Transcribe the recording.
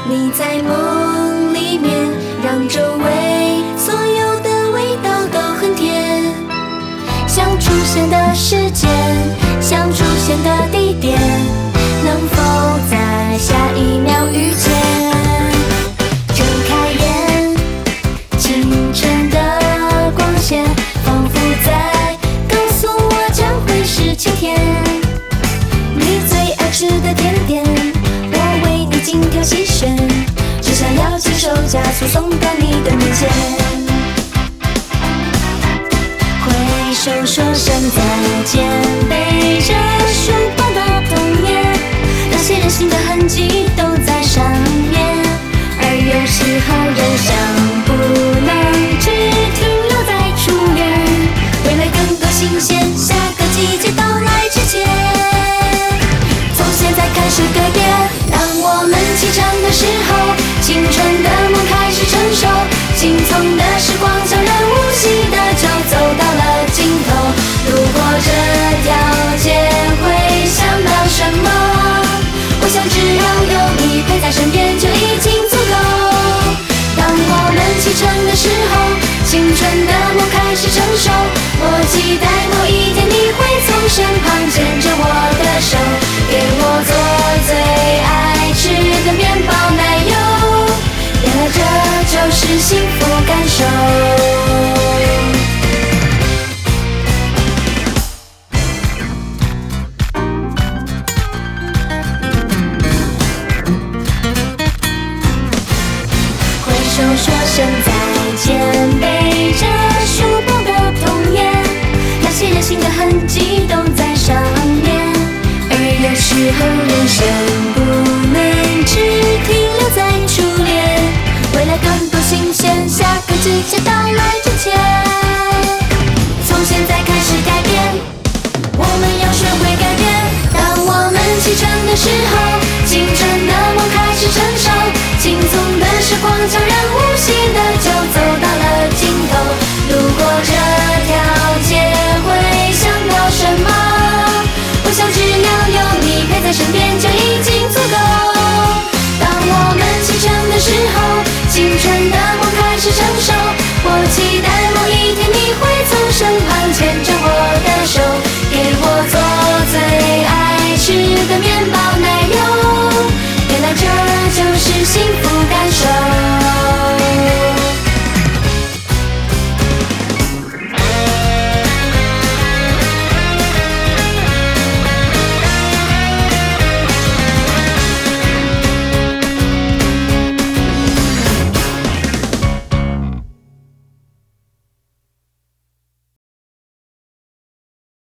你在梦里面，让周围所有的味道都很甜。想出现的时间，想出现的地点，能否在下一秒遇见？睁开眼，清晨的光线仿佛在告诉我将会是晴天。你最爱吃的甜点，我为你精挑细选，只想要亲手加速送到你的面前。挥手说声再见，背着书包的童年，那些任性的痕迹都在上面。而有时候人生不能只停留在初恋，未来更多新鲜，下个季节到来之前。从现在开始改变，当我们启程的时候，青春的梦开始成熟，青葱的时光悄然无息的就走到了尽头。路过这条街会想到什么？我想只要有你陪在身边就已经足够。当我们启程的时候，青春的梦开始成熟，我期待某一天你会从身旁牵着我的手，给我做最爱吃的面包奶油。原来这就是幸福感受。挥手说声再见，背着书包的童年，那些任性的痕迹都在上面。而有时候人生不能只停留在初恋，未来更多新鲜，下个季节到来之前。从现在开始改变，我们要学会改变。当我们启程的时候，青春的梦开始成熟，青葱的时光悄然无息的就走到了尽头。路过这条街会想到什么？我想只要有你陪在身边就已经足够。当我们启程的时候，青春的